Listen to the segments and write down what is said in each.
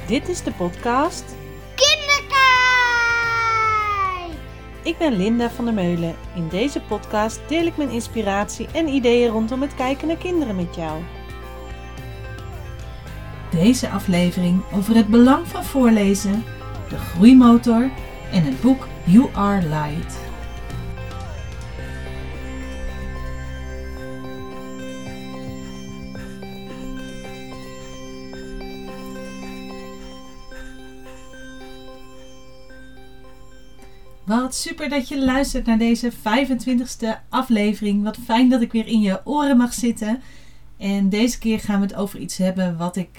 Dit is de podcast Kinderkijk! Ik ben Linda van der Meulen. In deze podcast deel ik mijn inspiratie en ideeën rondom het kijken naar kinderen met jou. Deze aflevering over het belang van voorlezen, de groeimotor en het boek You Are Light. Wat super dat je luistert naar deze 25e aflevering. Wat fijn dat ik weer in je oren mag zitten. En deze keer gaan we het over iets hebben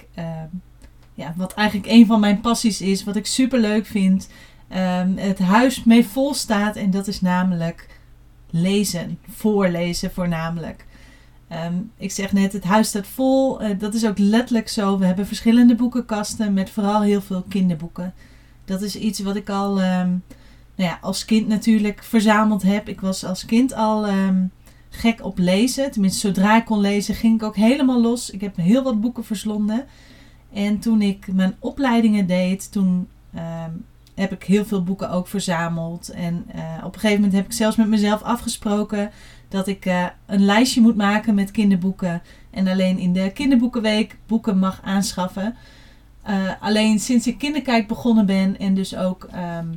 wat eigenlijk een van mijn passies is. Wat ik super leuk vind. Het huis mee vol staat en dat is namelijk lezen. Voorlezen voornamelijk. Ik zeg net, het huis staat vol. Dat is ook letterlijk zo. We hebben verschillende boekenkasten met vooral heel veel kinderboeken. Dat is iets wat ik al... als kind natuurlijk verzameld heb. Ik was als kind al gek op lezen. Tenminste, zodra ik kon lezen ging ik ook helemaal los. Ik heb heel wat boeken verslonden. En toen ik mijn opleidingen deed, toen heb ik heel veel boeken ook verzameld. En op een gegeven moment heb ik zelfs met mezelf afgesproken dat ik een lijstje moet maken met kinderboeken. En alleen in de kinderboekenweek boeken mag aanschaffen. Alleen sinds ik Kinderkijk begonnen ben en dus ook...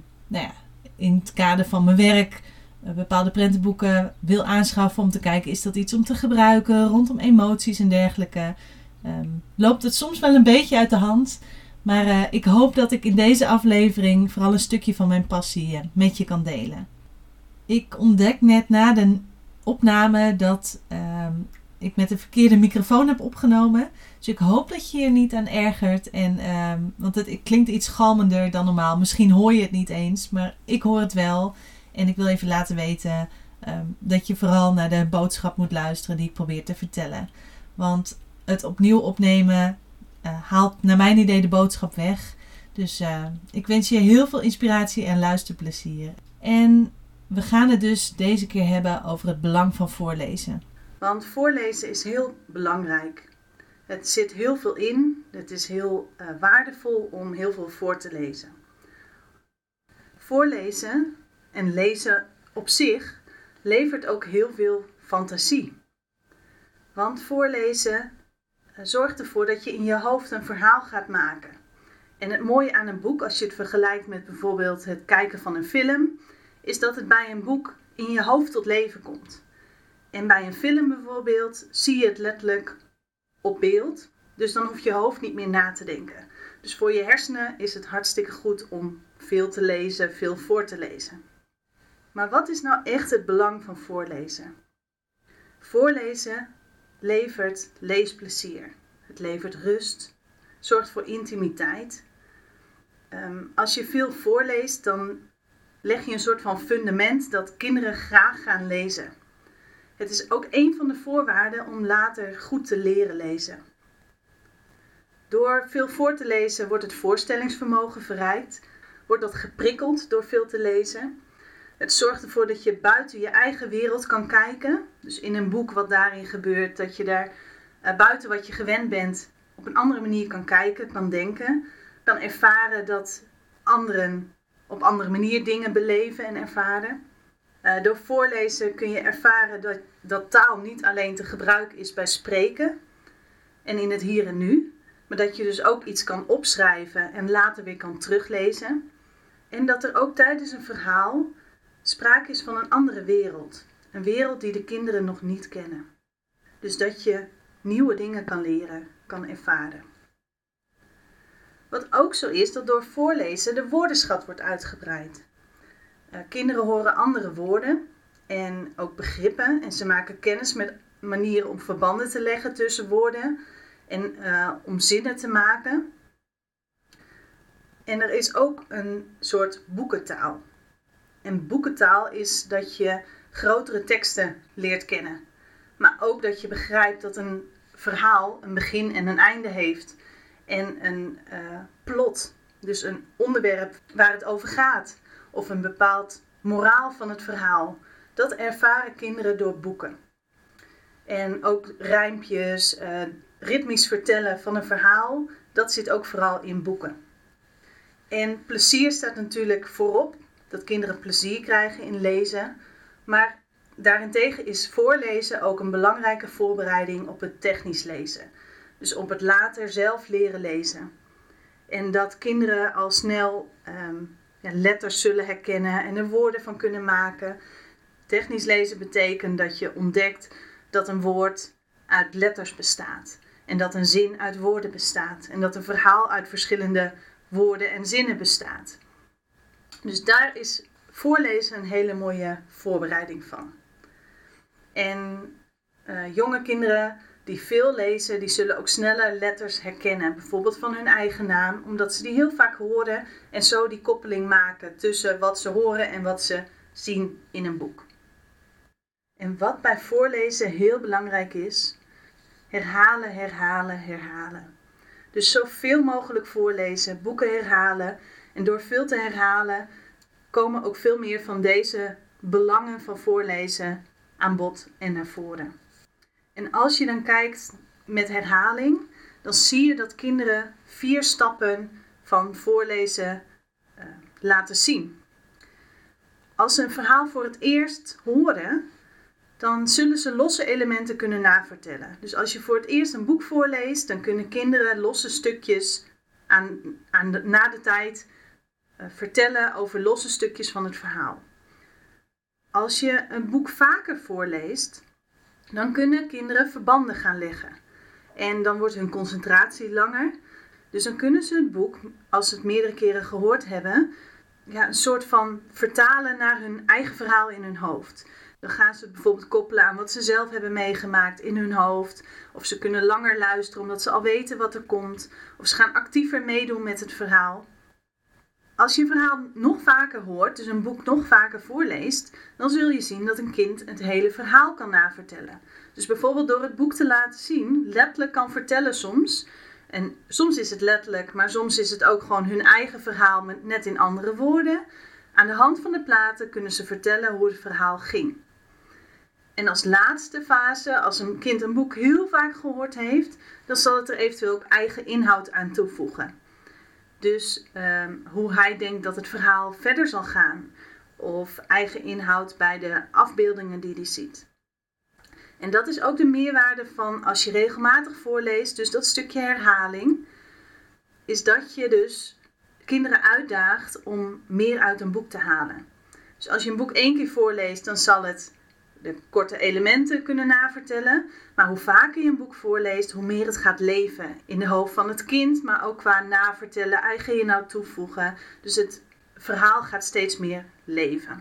in het kader van mijn werk bepaalde prentenboeken wil aanschaffen om te kijken, is dat iets om te gebruiken rondom emoties en dergelijke. Loopt het soms wel een beetje uit de hand. Maar ik hoop dat ik in deze aflevering vooral een stukje van mijn passie met je kan delen. Ik ontdek net na de opname dat ik met de verkeerde microfoon heb opgenomen. Dus ik hoop dat je je niet aan ergert. Want het klinkt iets galmender dan normaal. Misschien hoor je het niet eens, maar ik hoor het wel. En ik wil even laten weten dat je vooral naar de boodschap moet luisteren die ik probeer te vertellen. Want het opnieuw opnemen haalt naar mijn idee de boodschap weg. Dus ik wens je heel veel inspiratie en luisterplezier. En we gaan het dus deze keer hebben over het belang van voorlezen. Want voorlezen is heel belangrijk. Het zit heel veel in. Het is heel waardevol om heel veel voor te lezen. Voorlezen en lezen op zich levert ook heel veel fantasie. Want voorlezen zorgt ervoor dat je in je hoofd een verhaal gaat maken. En het mooie aan een boek, als je het vergelijkt met bijvoorbeeld het kijken van een film, is dat het bij een boek in je hoofd tot leven komt. En bij een film bijvoorbeeld zie je het letterlijk op beeld. Dus dan hoeft je hoofd niet meer na te denken. Dus voor je hersenen is het hartstikke goed om veel te lezen, veel voor te lezen. Maar wat is nou echt het belang van voorlezen? Voorlezen levert leesplezier. Het levert rust, zorgt voor intimiteit. Als je veel voorleest, dan leg je een soort van fundament dat kinderen graag gaan lezen. Het is ook een van de voorwaarden om later goed te leren lezen. Door veel voor te lezen wordt het voorstellingsvermogen verrijkt. Wordt dat geprikkeld door veel te lezen. Het zorgt ervoor dat je buiten je eigen wereld kan kijken. Dus in een boek wat daarin gebeurt, dat je daar buiten wat je gewend bent op een andere manier kan kijken, kan denken. Kan ervaren dat anderen op andere manier dingen beleven en ervaren. Door voorlezen kun je ervaren dat taal niet alleen te gebruiken is bij spreken en in het hier en nu, maar dat je dus ook iets kan opschrijven en later weer kan teruglezen. En dat er ook tijdens een verhaal sprake is van een andere wereld. Een wereld die de kinderen nog niet kennen. Dus dat je nieuwe dingen kan leren, kan ervaren. Wat ook zo is, dat door voorlezen de woordenschat wordt uitgebreid. Kinderen horen andere woorden en ook begrippen. En ze maken kennis met manieren om verbanden te leggen tussen woorden en om zinnen te maken. En er is ook een soort boekentaal. En boekentaal is dat je grotere teksten leert kennen. Maar ook dat je begrijpt dat een verhaal een begin en een einde heeft. En een plot, dus een onderwerp waar het over gaat. Of een bepaald moraal van het verhaal. Dat ervaren kinderen door boeken. En ook rijmpjes, ritmisch vertellen van een verhaal, dat zit ook vooral in boeken. En plezier staat natuurlijk voorop, dat kinderen plezier krijgen in lezen. Maar daarentegen is voorlezen ook een belangrijke voorbereiding op het technisch lezen. Dus op het later zelf leren lezen. En dat kinderen al snel letters zullen herkennen en er woorden van kunnen maken. Technisch lezen betekent dat je ontdekt dat een woord uit letters bestaat. En dat een zin uit woorden bestaat. En dat een verhaal uit verschillende woorden en zinnen bestaat. Dus daar is voorlezen een hele mooie voorbereiding van. En jonge kinderen die veel lezen, die zullen ook sneller letters herkennen. Bijvoorbeeld van hun eigen naam, omdat ze die heel vaak horen en zo die koppeling maken tussen wat ze horen en wat ze zien in een boek. En wat bij voorlezen heel belangrijk is, herhalen, herhalen, herhalen. Dus zoveel mogelijk voorlezen, boeken herhalen. En door veel te herhalen komen ook veel meer van deze belangen van voorlezen aan bod en naar voren. En als je dan kijkt met herhaling, dan zie je dat kinderen 4 stappen van voorlezen laten zien. Als ze een verhaal voor het eerst horen, dan zullen ze losse elementen kunnen navertellen. Dus als je voor het eerst een boek voorleest, dan kunnen kinderen losse stukjes na de tijd vertellen over losse stukjes van het verhaal. Als je een boek vaker voorleest, dan kunnen kinderen verbanden gaan leggen. En dan wordt hun concentratie langer. Dus dan kunnen ze het boek, als ze het meerdere keren gehoord hebben, een soort van vertalen naar hun eigen verhaal in hun hoofd. Dan gaan ze bijvoorbeeld koppelen aan wat ze zelf hebben meegemaakt in hun hoofd. Of ze kunnen langer luisteren omdat ze al weten wat er komt. Of ze gaan actiever meedoen met het verhaal. Als je een verhaal nog vaker hoort, dus een boek nog vaker voorleest, dan zul je zien dat een kind het hele verhaal kan navertellen. Dus bijvoorbeeld door het boek te laten zien, letterlijk kan vertellen soms. En soms is het letterlijk, maar soms is het ook gewoon hun eigen verhaal, met net in andere woorden. Aan de hand van de platen kunnen ze vertellen hoe het verhaal ging. En als laatste fase, als een kind een boek heel vaak gehoord heeft, dan zal het er eventueel ook eigen inhoud aan toevoegen. Dus hoe hij denkt dat het verhaal verder zal gaan. Of eigen inhoud bij de afbeeldingen die hij ziet. En dat is ook de meerwaarde van als je regelmatig voorleest, dus dat stukje herhaling, is dat je dus kinderen uitdaagt om meer uit een boek te halen. Dus als je een boek 1 keer voorleest, dan zal het de korte elementen kunnen navertellen. Maar hoe vaker je een boek voorleest, hoe meer het gaat leven in de hoofd van het kind. Maar ook qua navertellen, eigen inhoud toevoegen. Dus het verhaal gaat steeds meer leven.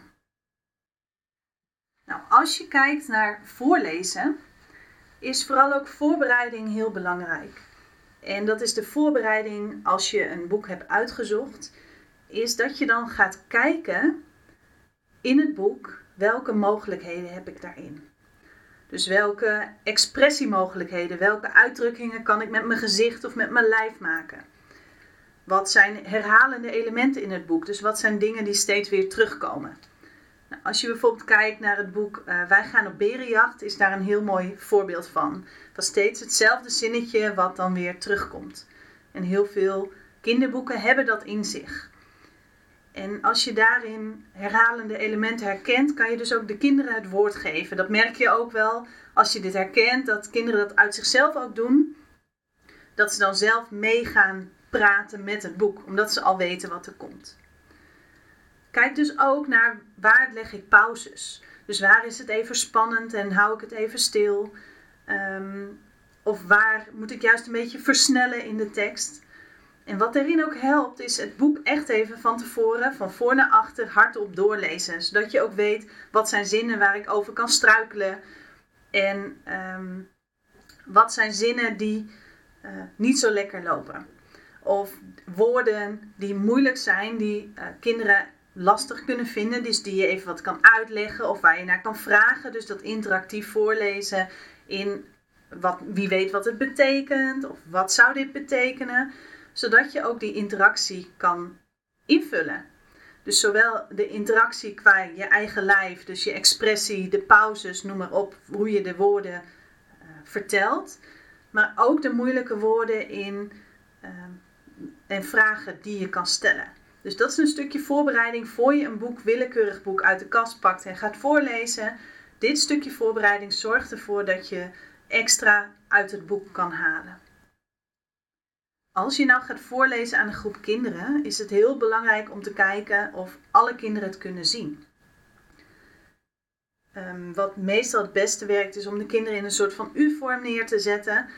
Nou, als je kijkt naar voorlezen, is vooral ook voorbereiding heel belangrijk. En dat is de voorbereiding als je een boek hebt uitgezocht, is dat je dan gaat kijken in het boek, welke mogelijkheden heb ik daarin? Dus welke expressiemogelijkheden, welke uitdrukkingen kan ik met mijn gezicht of met mijn lijf maken? Wat zijn herhalende elementen in het boek? Dus wat zijn dingen die steeds weer terugkomen? Nou, als je bijvoorbeeld kijkt naar het boek Wij gaan op berenjacht, is daar een heel mooi voorbeeld van. Van steeds hetzelfde zinnetje wat dan weer terugkomt. En heel veel kinderboeken hebben dat in zich. En als je daarin herhalende elementen herkent, kan je dus ook de kinderen het woord geven. Dat merk je ook wel als je dit herkent, dat kinderen dat uit zichzelf ook doen. Dat ze dan zelf mee gaan praten met het boek, omdat ze al weten wat er komt. Kijk dus ook naar waar leg ik pauzes. Dus waar is het even spannend en hou ik het even stil. Of waar moet ik juist een beetje versnellen in de tekst. En wat daarin ook helpt, is het boek echt even van tevoren, van voor naar achter, hardop doorlezen. Zodat je ook weet wat zijn zinnen waar ik over kan struikelen. En wat zijn zinnen die niet zo lekker lopen. Of woorden die moeilijk zijn, die kinderen lastig kunnen vinden. Dus die je even wat kan uitleggen of waar je naar kan vragen. Dus dat interactief voorlezen in wie weet wat het betekent of wat zou dit betekenen. Zodat je ook die interactie kan invullen. Dus zowel de interactie qua je eigen lijf, dus je expressie, de pauzes, noem maar op, hoe je de woorden vertelt. Maar ook de moeilijke woorden in en vragen die je kan stellen. Dus dat is een stukje voorbereiding voor je een willekeurig boek uit de kast pakt en gaat voorlezen. Dit stukje voorbereiding zorgt ervoor dat je extra uit het boek kan halen. Als je nou gaat voorlezen aan een groep kinderen, is het heel belangrijk om te kijken of alle kinderen het kunnen zien. Wat meestal het beste werkt is om de kinderen in een soort van U-vorm neer te zetten,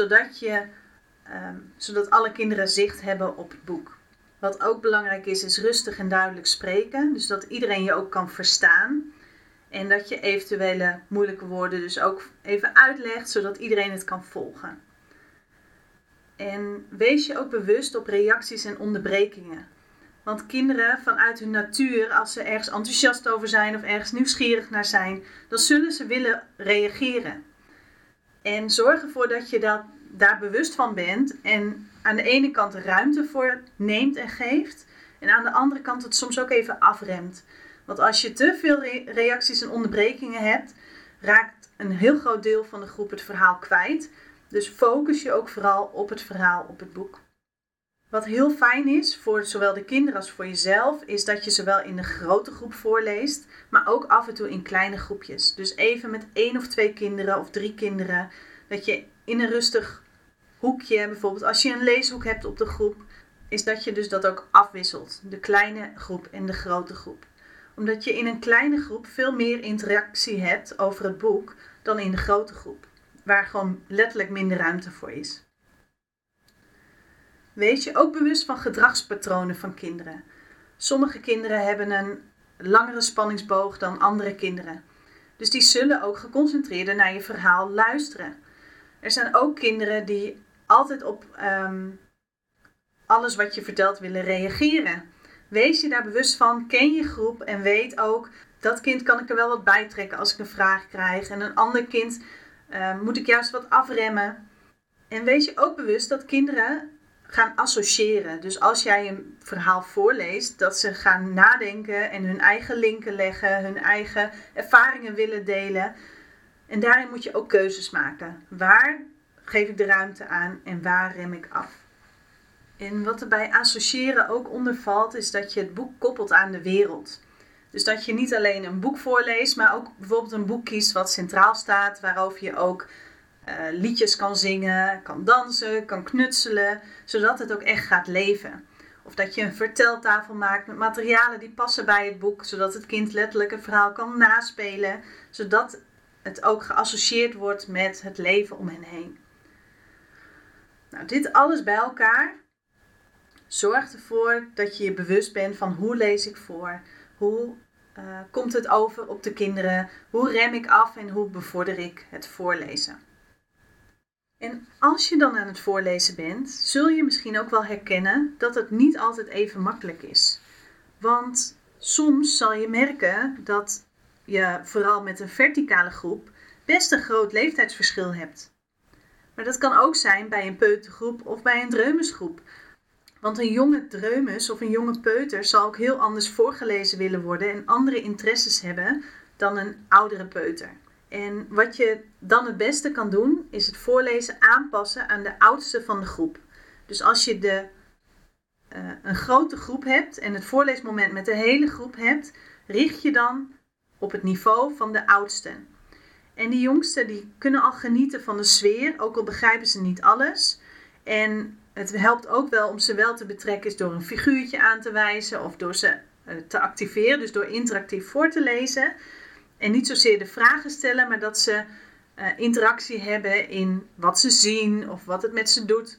zodat alle kinderen zicht hebben op het boek. Wat ook belangrijk is rustig en duidelijk spreken, dus dat iedereen je ook kan verstaan. En dat je eventuele moeilijke woorden dus ook even uitlegt, zodat iedereen het kan volgen. En wees je ook bewust op reacties en onderbrekingen. Want kinderen vanuit hun natuur, als ze ergens enthousiast over zijn of ergens nieuwsgierig naar zijn, dan zullen ze willen reageren. En zorg ervoor dat je daar bewust van bent en aan de ene kant ruimte voor neemt en geeft. En aan de andere kant het soms ook even afremt. Want als je te veel reacties en onderbrekingen hebt, raakt een heel groot deel van de groep het verhaal kwijt. Dus focus je ook vooral op het verhaal, op het boek. Wat heel fijn is voor zowel de kinderen als voor jezelf, is dat je zowel in een grote groep voorleest, maar ook af en toe in kleine groepjes. Dus even met 1 of 2 kinderen of 3 kinderen, dat je in een rustig hoekje, bijvoorbeeld als je een leeshoek hebt op de groep, is dat je dus dat ook afwisselt. De kleine groep en de grote groep. Omdat je in een kleine groep veel meer interactie hebt over het boek dan in de grote groep, waar gewoon letterlijk minder ruimte voor is. Wees je ook bewust van gedragspatronen van kinderen. Sommige kinderen hebben een langere spanningsboog dan andere kinderen. Dus die zullen ook geconcentreerder naar je verhaal luisteren. Er zijn ook kinderen die altijd op alles wat je vertelt willen reageren. Wees je daar bewust van, ken je groep en weet ook, dat kind kan ik er wel wat bij trekken als ik een vraag krijg. En een ander kind moet ik juist wat afremmen. En wees je ook bewust dat kinderen gaan associëren. Dus als jij een verhaal voorleest, dat ze gaan nadenken en hun eigen linken leggen, hun eigen ervaringen willen delen. En daarin moet je ook keuzes maken. Waar geef ik de ruimte aan en waar rem ik af? En wat er bij associëren ook onder valt, is dat je het boek koppelt aan de wereld. Dus dat je niet alleen een boek voorleest, maar ook bijvoorbeeld een boek kiest wat centraal staat, waarover je ook liedjes kan zingen, kan dansen, kan knutselen, zodat het ook echt gaat leven. Of dat je een verteltafel maakt met materialen die passen bij het boek, zodat het kind letterlijk een verhaal kan naspelen, zodat het ook geassocieerd wordt met het leven om hen heen. Nou, dit alles bij elkaar zorgt ervoor dat je je bewust bent van hoe lees ik voor, hoe komt het over op de kinderen, hoe rem ik af en hoe bevorder ik het voorlezen. En als je dan aan het voorlezen bent, zul je misschien ook wel herkennen dat het niet altijd even makkelijk is. Want soms zal je merken dat je vooral met een verticale groep best een groot leeftijdsverschil hebt. Maar dat kan ook zijn bij een peutergroep of bij een dreumesgroep. Want een jonge dreumes of een jonge peuter zal ook heel anders voorgelezen willen worden en andere interesses hebben dan een oudere peuter. En wat je dan het beste kan doen, is het voorlezen aanpassen aan de oudste van de groep. Dus als je een grote groep hebt en het voorleesmoment met de hele groep hebt, richt je dan op het niveau van de oudsten. En die jongsten die kunnen al genieten van de sfeer, ook al begrijpen ze niet alles. En het helpt ook wel om ze wel te betrekken is door een figuurtje aan te wijzen of door ze te activeren, dus door interactief voor te lezen. En niet zozeer de vragen stellen, maar dat ze interactie hebben in wat ze zien of wat het met ze doet.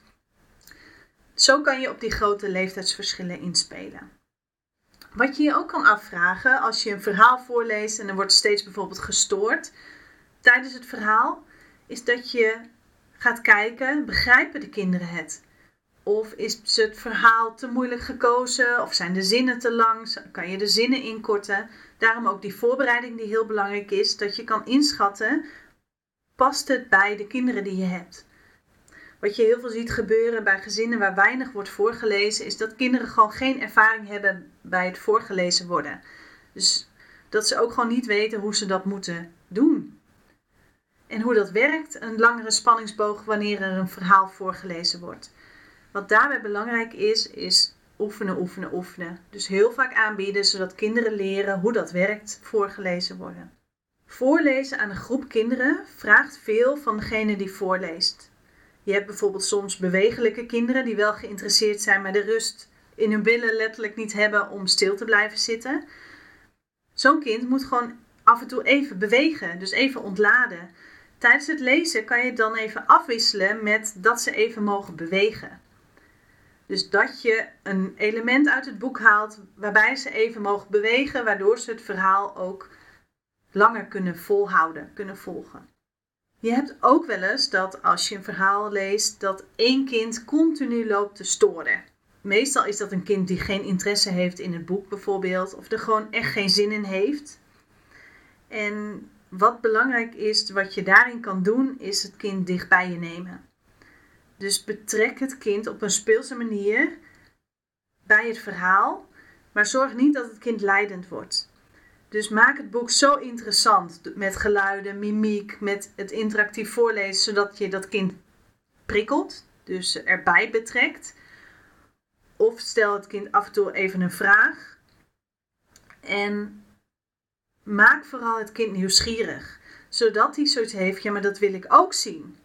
Zo kan je op die grote leeftijdsverschillen inspelen. Wat je je ook kan afvragen als je een verhaal voorleest en er wordt steeds bijvoorbeeld gestoord tijdens het verhaal, is dat je gaat kijken, begrijpen de kinderen het? Of is het verhaal te moeilijk gekozen? Of zijn de zinnen te lang? Kan je de zinnen inkorten? Daarom ook die voorbereiding die heel belangrijk is. Dat je kan inschatten, past het bij de kinderen die je hebt? Wat je heel veel ziet gebeuren bij gezinnen waar weinig wordt voorgelezen, is dat kinderen gewoon geen ervaring hebben bij het voorgelezen worden. Dus dat ze ook gewoon niet weten hoe ze dat moeten doen. En hoe dat werkt, een langere spanningsboog wanneer er een verhaal voorgelezen wordt. Wat daarbij belangrijk is oefenen, oefenen, oefenen. Dus heel vaak aanbieden, zodat kinderen leren hoe dat werkt, voorgelezen worden. Voorlezen aan een groep kinderen vraagt veel van degene die voorleest. Je hebt bijvoorbeeld soms bewegelijke kinderen die wel geïnteresseerd zijn, maar de rust in hun billen letterlijk niet hebben om stil te blijven zitten. Zo'n kind moet gewoon af en toe even bewegen, dus even ontladen. Tijdens het lezen kan je dan even afwisselen met dat ze even mogen bewegen. Dus dat je een element uit het boek haalt waarbij ze even mogen bewegen, waardoor ze het verhaal ook langer kunnen volhouden, kunnen volgen. Je hebt ook wel eens dat als je een verhaal leest, dat één kind continu loopt te storen. Meestal is dat een kind die geen interesse heeft in het boek bijvoorbeeld, of er gewoon echt geen zin in heeft. En wat belangrijk is, wat je daarin kan doen, is het kind dicht bij je nemen. Dus betrek het kind op een speelse manier bij het verhaal, maar zorg niet dat het kind leidend wordt. Dus maak het boek zo interessant met geluiden, mimiek, met het interactief voorlezen, zodat je dat kind prikkelt, dus erbij betrekt. Of stel het kind af en toe even een vraag. En maak vooral het kind nieuwsgierig, zodat hij zoiets heeft, ja, maar dat wil ik ook zien.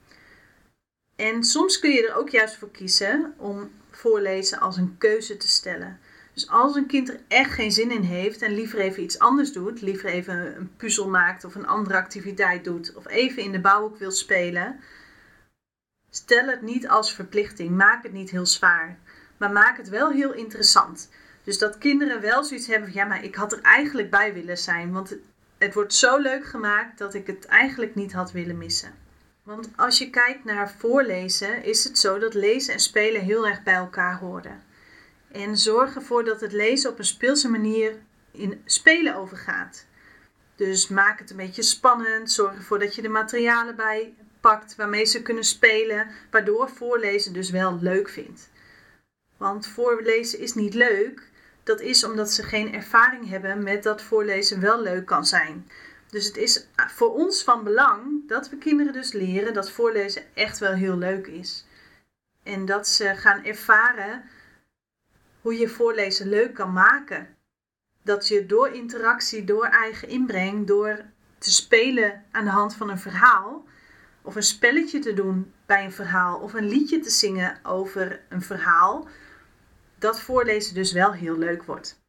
En soms kun je er ook juist voor kiezen om voorlezen als een keuze te stellen. Dus als een kind er echt geen zin in heeft en liever even iets anders doet, liever even een puzzel maakt of een andere activiteit doet, of even in de bouwhoek wil spelen, stel het niet als verplichting, maak het niet heel zwaar, maar maak het wel heel interessant. Dus dat kinderen wel zoiets hebben van, ja, maar ik had er eigenlijk bij willen zijn, want het wordt zo leuk gemaakt dat ik het eigenlijk niet had willen missen. Want als je kijkt naar voorlezen, is het zo dat lezen en spelen heel erg bij elkaar horen. En zorg ervoor dat het lezen op een speelse manier in spelen overgaat. Dus maak het een beetje spannend. Zorg ervoor dat je de materialen bij pakt waarmee ze kunnen spelen. Waardoor voorlezen dus wel leuk vindt. Want voorlezen is niet leuk. Dat is omdat ze geen ervaring hebben met dat voorlezen wel leuk kan zijn. Dus het is voor ons van belang dat we kinderen dus leren dat voorlezen echt wel heel leuk is. En dat ze gaan ervaren hoe je voorlezen leuk kan maken. Dat je door interactie, door eigen inbreng, door te spelen aan de hand van een verhaal, of een spelletje te doen bij een verhaal, of een liedje te zingen over een verhaal, dat voorlezen dus wel heel leuk wordt.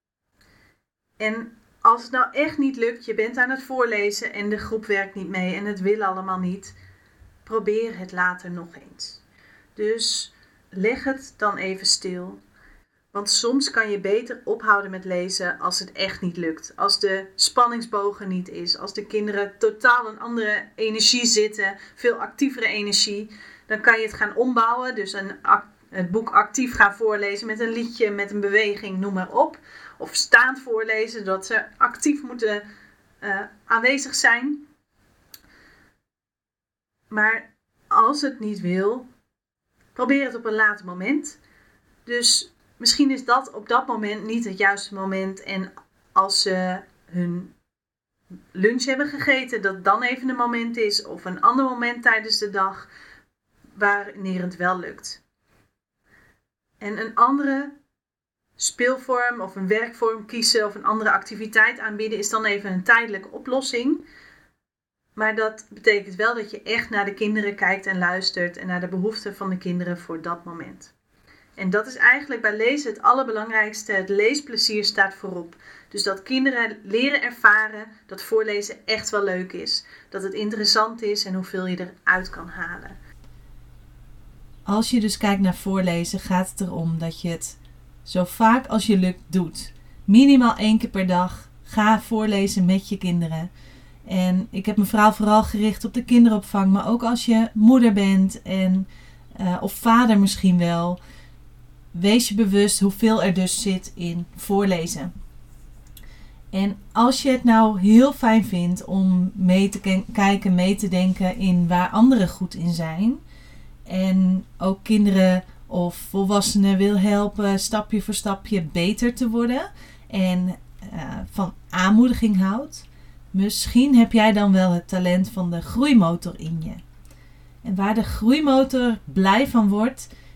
En als het nou echt niet lukt, je bent aan het voorlezen en de groep werkt niet mee en het wil allemaal niet, probeer het later nog eens. Dus leg het dan even stil. Want soms kan je beter ophouden met lezen als het echt niet lukt. Als de spanningsboog er niet is. Als de kinderen totaal een andere energie zitten. Veel actievere energie. Dan kan je het gaan ombouwen. Dus het boek actief gaan voorlezen met een liedje, met een beweging, noem maar op. Of staand voorlezen, dat ze actief moeten aanwezig zijn. Maar als het niet wil, probeer het op een later moment. Dus misschien is dat op dat moment niet het juiste moment. En als ze hun lunch hebben gegeten, dat dan even een moment is. Of een ander moment tijdens de dag wanneer het wel lukt. En een andere speelvorm of een werkvorm kiezen of een andere activiteit aanbieden is dan even een tijdelijke oplossing. Maar dat betekent wel dat je echt naar de kinderen kijkt en luistert en naar de behoeften van de kinderen voor dat moment. En dat is eigenlijk bij lezen het allerbelangrijkste. Het leesplezier staat voorop. Dus dat kinderen leren ervaren dat voorlezen echt wel leuk is. Dat het interessant is en hoeveel je eruit kan halen. Als je dus kijkt naar voorlezen, gaat het erom dat je het zo vaak als je lukt doet. Minimaal 1 keer per dag. Ga voorlezen met je kinderen. En ik heb me vooral gericht op de kinderopvang. Maar ook als je moeder bent of vader misschien wel. Wees je bewust hoeveel er dus zit in voorlezen. En als je het nou heel fijn vindt om mee te kijken, mee te denken in waar anderen goed in zijn. En ook kinderen of volwassenen wil helpen stapje voor stapje beter te worden. En van aanmoediging houdt. Misschien heb jij dan wel het talent van de groeimotor in je. En waar de groeimotor blij van wordt,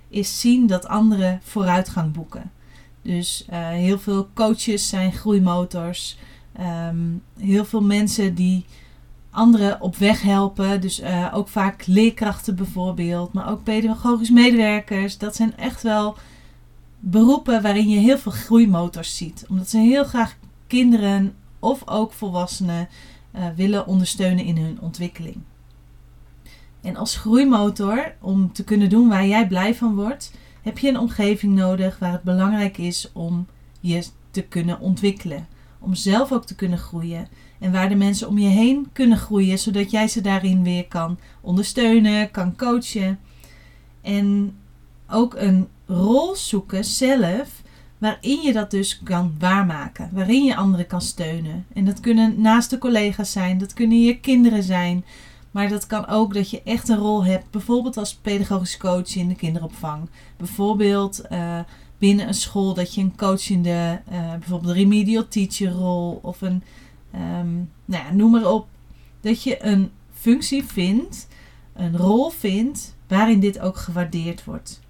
is zien dat anderen vooruitgang boeken. Dus heel veel coaches zijn groeimotors. Heel veel mensen die anderen op weg helpen. Dus ook vaak leerkrachten bijvoorbeeld. Maar ook pedagogisch medewerkers. Dat zijn echt wel beroepen waarin je heel veel groeimotors ziet. Omdat ze heel graag kinderen of ook volwassenen willen ondersteunen in hun ontwikkeling. En als groeimotor, om te kunnen doen waar jij blij van wordt, heb je een omgeving nodig waar het belangrijk is om je te kunnen ontwikkelen. Om zelf ook te kunnen groeien. En waar de mensen om je heen kunnen groeien, zodat jij ze daarin weer kan ondersteunen, kan coachen. En ook een rol zoeken zelf, waarin je dat dus kan waarmaken. Waarin je anderen kan steunen. En dat kunnen naaste collega's zijn, dat kunnen je kinderen zijn. Maar dat kan ook dat je echt een rol hebt, bijvoorbeeld als pedagogisch coach in de kinderopvang. Bijvoorbeeld binnen een school dat je een coachende, bijvoorbeeld remedial teacher rol of een, noem maar op. Dat je een functie vindt, een rol vindt, waarin dit ook gewaardeerd wordt.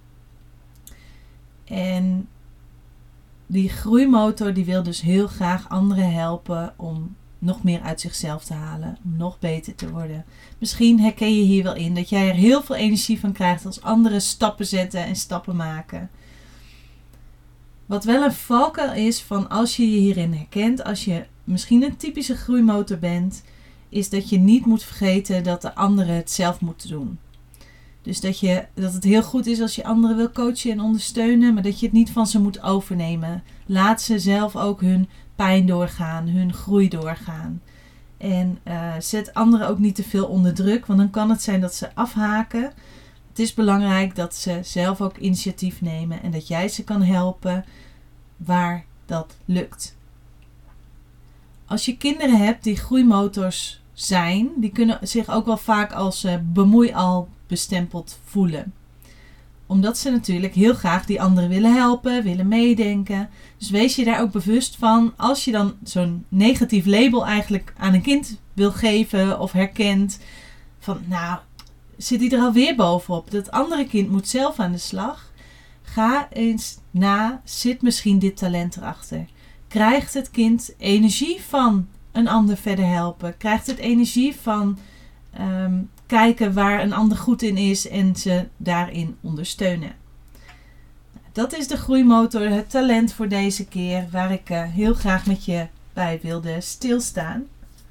En die groeimotor die wil dus heel graag anderen helpen om nog meer uit zichzelf te halen. Om nog beter te worden. Misschien herken je hier wel in dat jij er heel veel energie van krijgt als anderen stappen zetten en stappen maken. Wat wel een valkuil is van als je je hierin herkent, als je misschien een typische groeimotor bent, is dat je niet moet vergeten dat de anderen het zelf moeten doen. Dus dat het heel goed is als je anderen wil coachen en ondersteunen, maar dat je het niet van ze moet overnemen. Laat ze zelf ook hun pijn doorgaan, hun groei doorgaan. En zet anderen ook niet te veel onder druk, want dan kan het zijn dat ze afhaken. Het is belangrijk dat ze zelf ook initiatief nemen en dat jij ze kan helpen waar dat lukt. Als je kinderen hebt die groeimotors zijn, die kunnen zich ook wel vaak als bemoeial bestempeld voelen. Omdat ze natuurlijk heel graag die anderen willen helpen, willen meedenken. Dus wees je daar ook bewust van. Als je dan zo'n negatief label eigenlijk aan een kind wil geven of herkent. Van zit hij er alweer bovenop? Dat andere kind moet zelf aan de slag. Ga eens na, zit misschien dit talent erachter? Krijgt het kind energie van een ander verder helpen? Krijgt het energie van kijken waar een ander goed in is en ze daarin ondersteunen? Dat is de groeimotor, het talent voor deze keer, waar ik heel graag met je bij wilde stilstaan.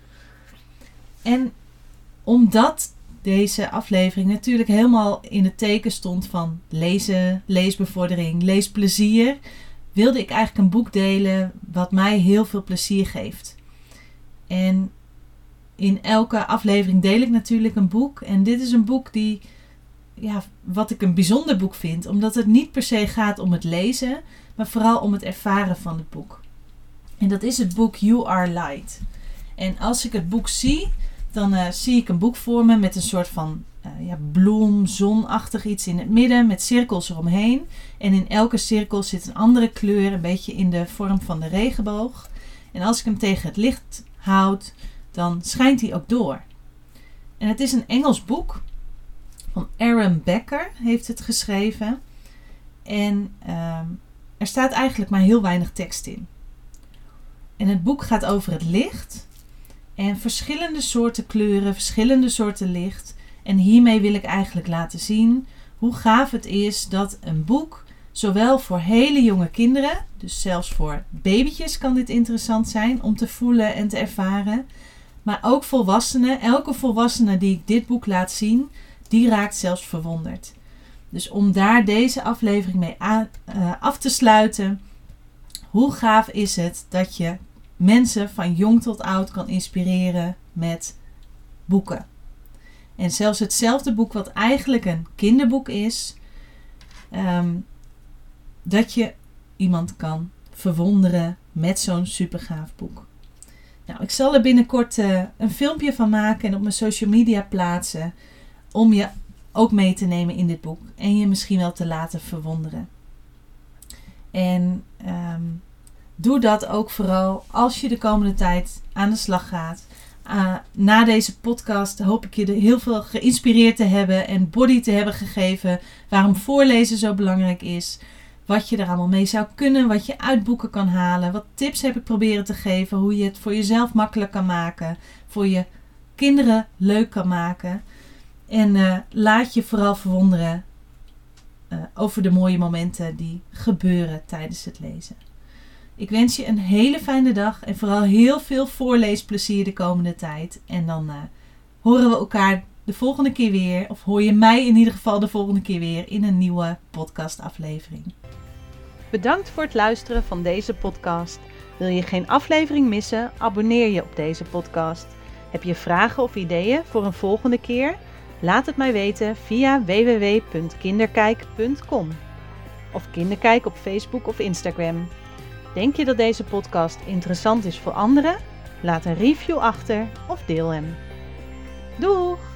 En omdat deze aflevering natuurlijk helemaal in het teken stond van lezen, leesbevordering, leesplezier, wilde ik eigenlijk een boek delen wat mij heel veel plezier geeft. En in elke aflevering deel ik natuurlijk een boek. En dit is een boek wat ik een bijzonder boek vind. Omdat het niet per se gaat om het lezen, maar vooral om het ervaren van het boek. En dat is het boek You Are Light. En als ik het boek zie, dan zie ik een boek voor me met een soort van bloem, zonachtig iets in het midden met cirkels eromheen. En in elke cirkel zit een andere kleur, een beetje in de vorm van de regenboog. En als ik hem tegen het licht houd, dan schijnt hij ook door. En het is een Engels boek. Van Aaron Becker heeft het geschreven. En er staat eigenlijk maar heel weinig tekst in. En het boek gaat over het licht. En verschillende soorten kleuren, verschillende soorten licht. En hiermee wil ik eigenlijk laten zien hoe gaaf het is dat een boek, zowel voor hele jonge kinderen, dus zelfs voor babytjes kan dit interessant zijn om te voelen en te ervaren. Maar ook volwassenen, elke volwassene die ik dit boek laat zien, die raakt zelfs verwonderd. Dus om daar deze aflevering mee af te sluiten, hoe gaaf is het dat je mensen van jong tot oud kan inspireren met boeken. En zelfs hetzelfde boek wat eigenlijk een kinderboek is, dat je iemand kan verwonderen met zo'n supergaaf boek. Nou, ik zal er binnenkort een filmpje van maken en op mijn social media plaatsen om je ook mee te nemen in dit boek en je misschien wel te laten verwonderen. En doe dat ook vooral als je de komende tijd aan de slag gaat na deze podcast hoop ik je er heel veel geïnspireerd te hebben en body te hebben gegeven waarom voorlezen zo belangrijk is. Wat je er allemaal mee zou kunnen, wat je uit boeken kan halen. Wat tips heb ik proberen te geven, hoe je het voor jezelf makkelijk kan maken. Voor je kinderen leuk kan maken. En laat je vooral verwonderen over de mooie momenten die gebeuren tijdens het lezen. Ik wens je een hele fijne dag en vooral heel veel voorleesplezier de komende tijd. En dan horen we elkaar de volgende keer weer, of hoor je mij in ieder geval de volgende keer weer in een nieuwe podcastaflevering. Bedankt voor het luisteren van deze podcast. Wil je geen aflevering missen? Abonneer je op deze podcast. Heb je vragen of ideeën voor een volgende keer? Laat het mij weten via www.kinderkijk.com of Kinderkijk op Facebook of Instagram. Denk je dat deze podcast interessant is voor anderen? Laat een review achter of deel hem. Doeg!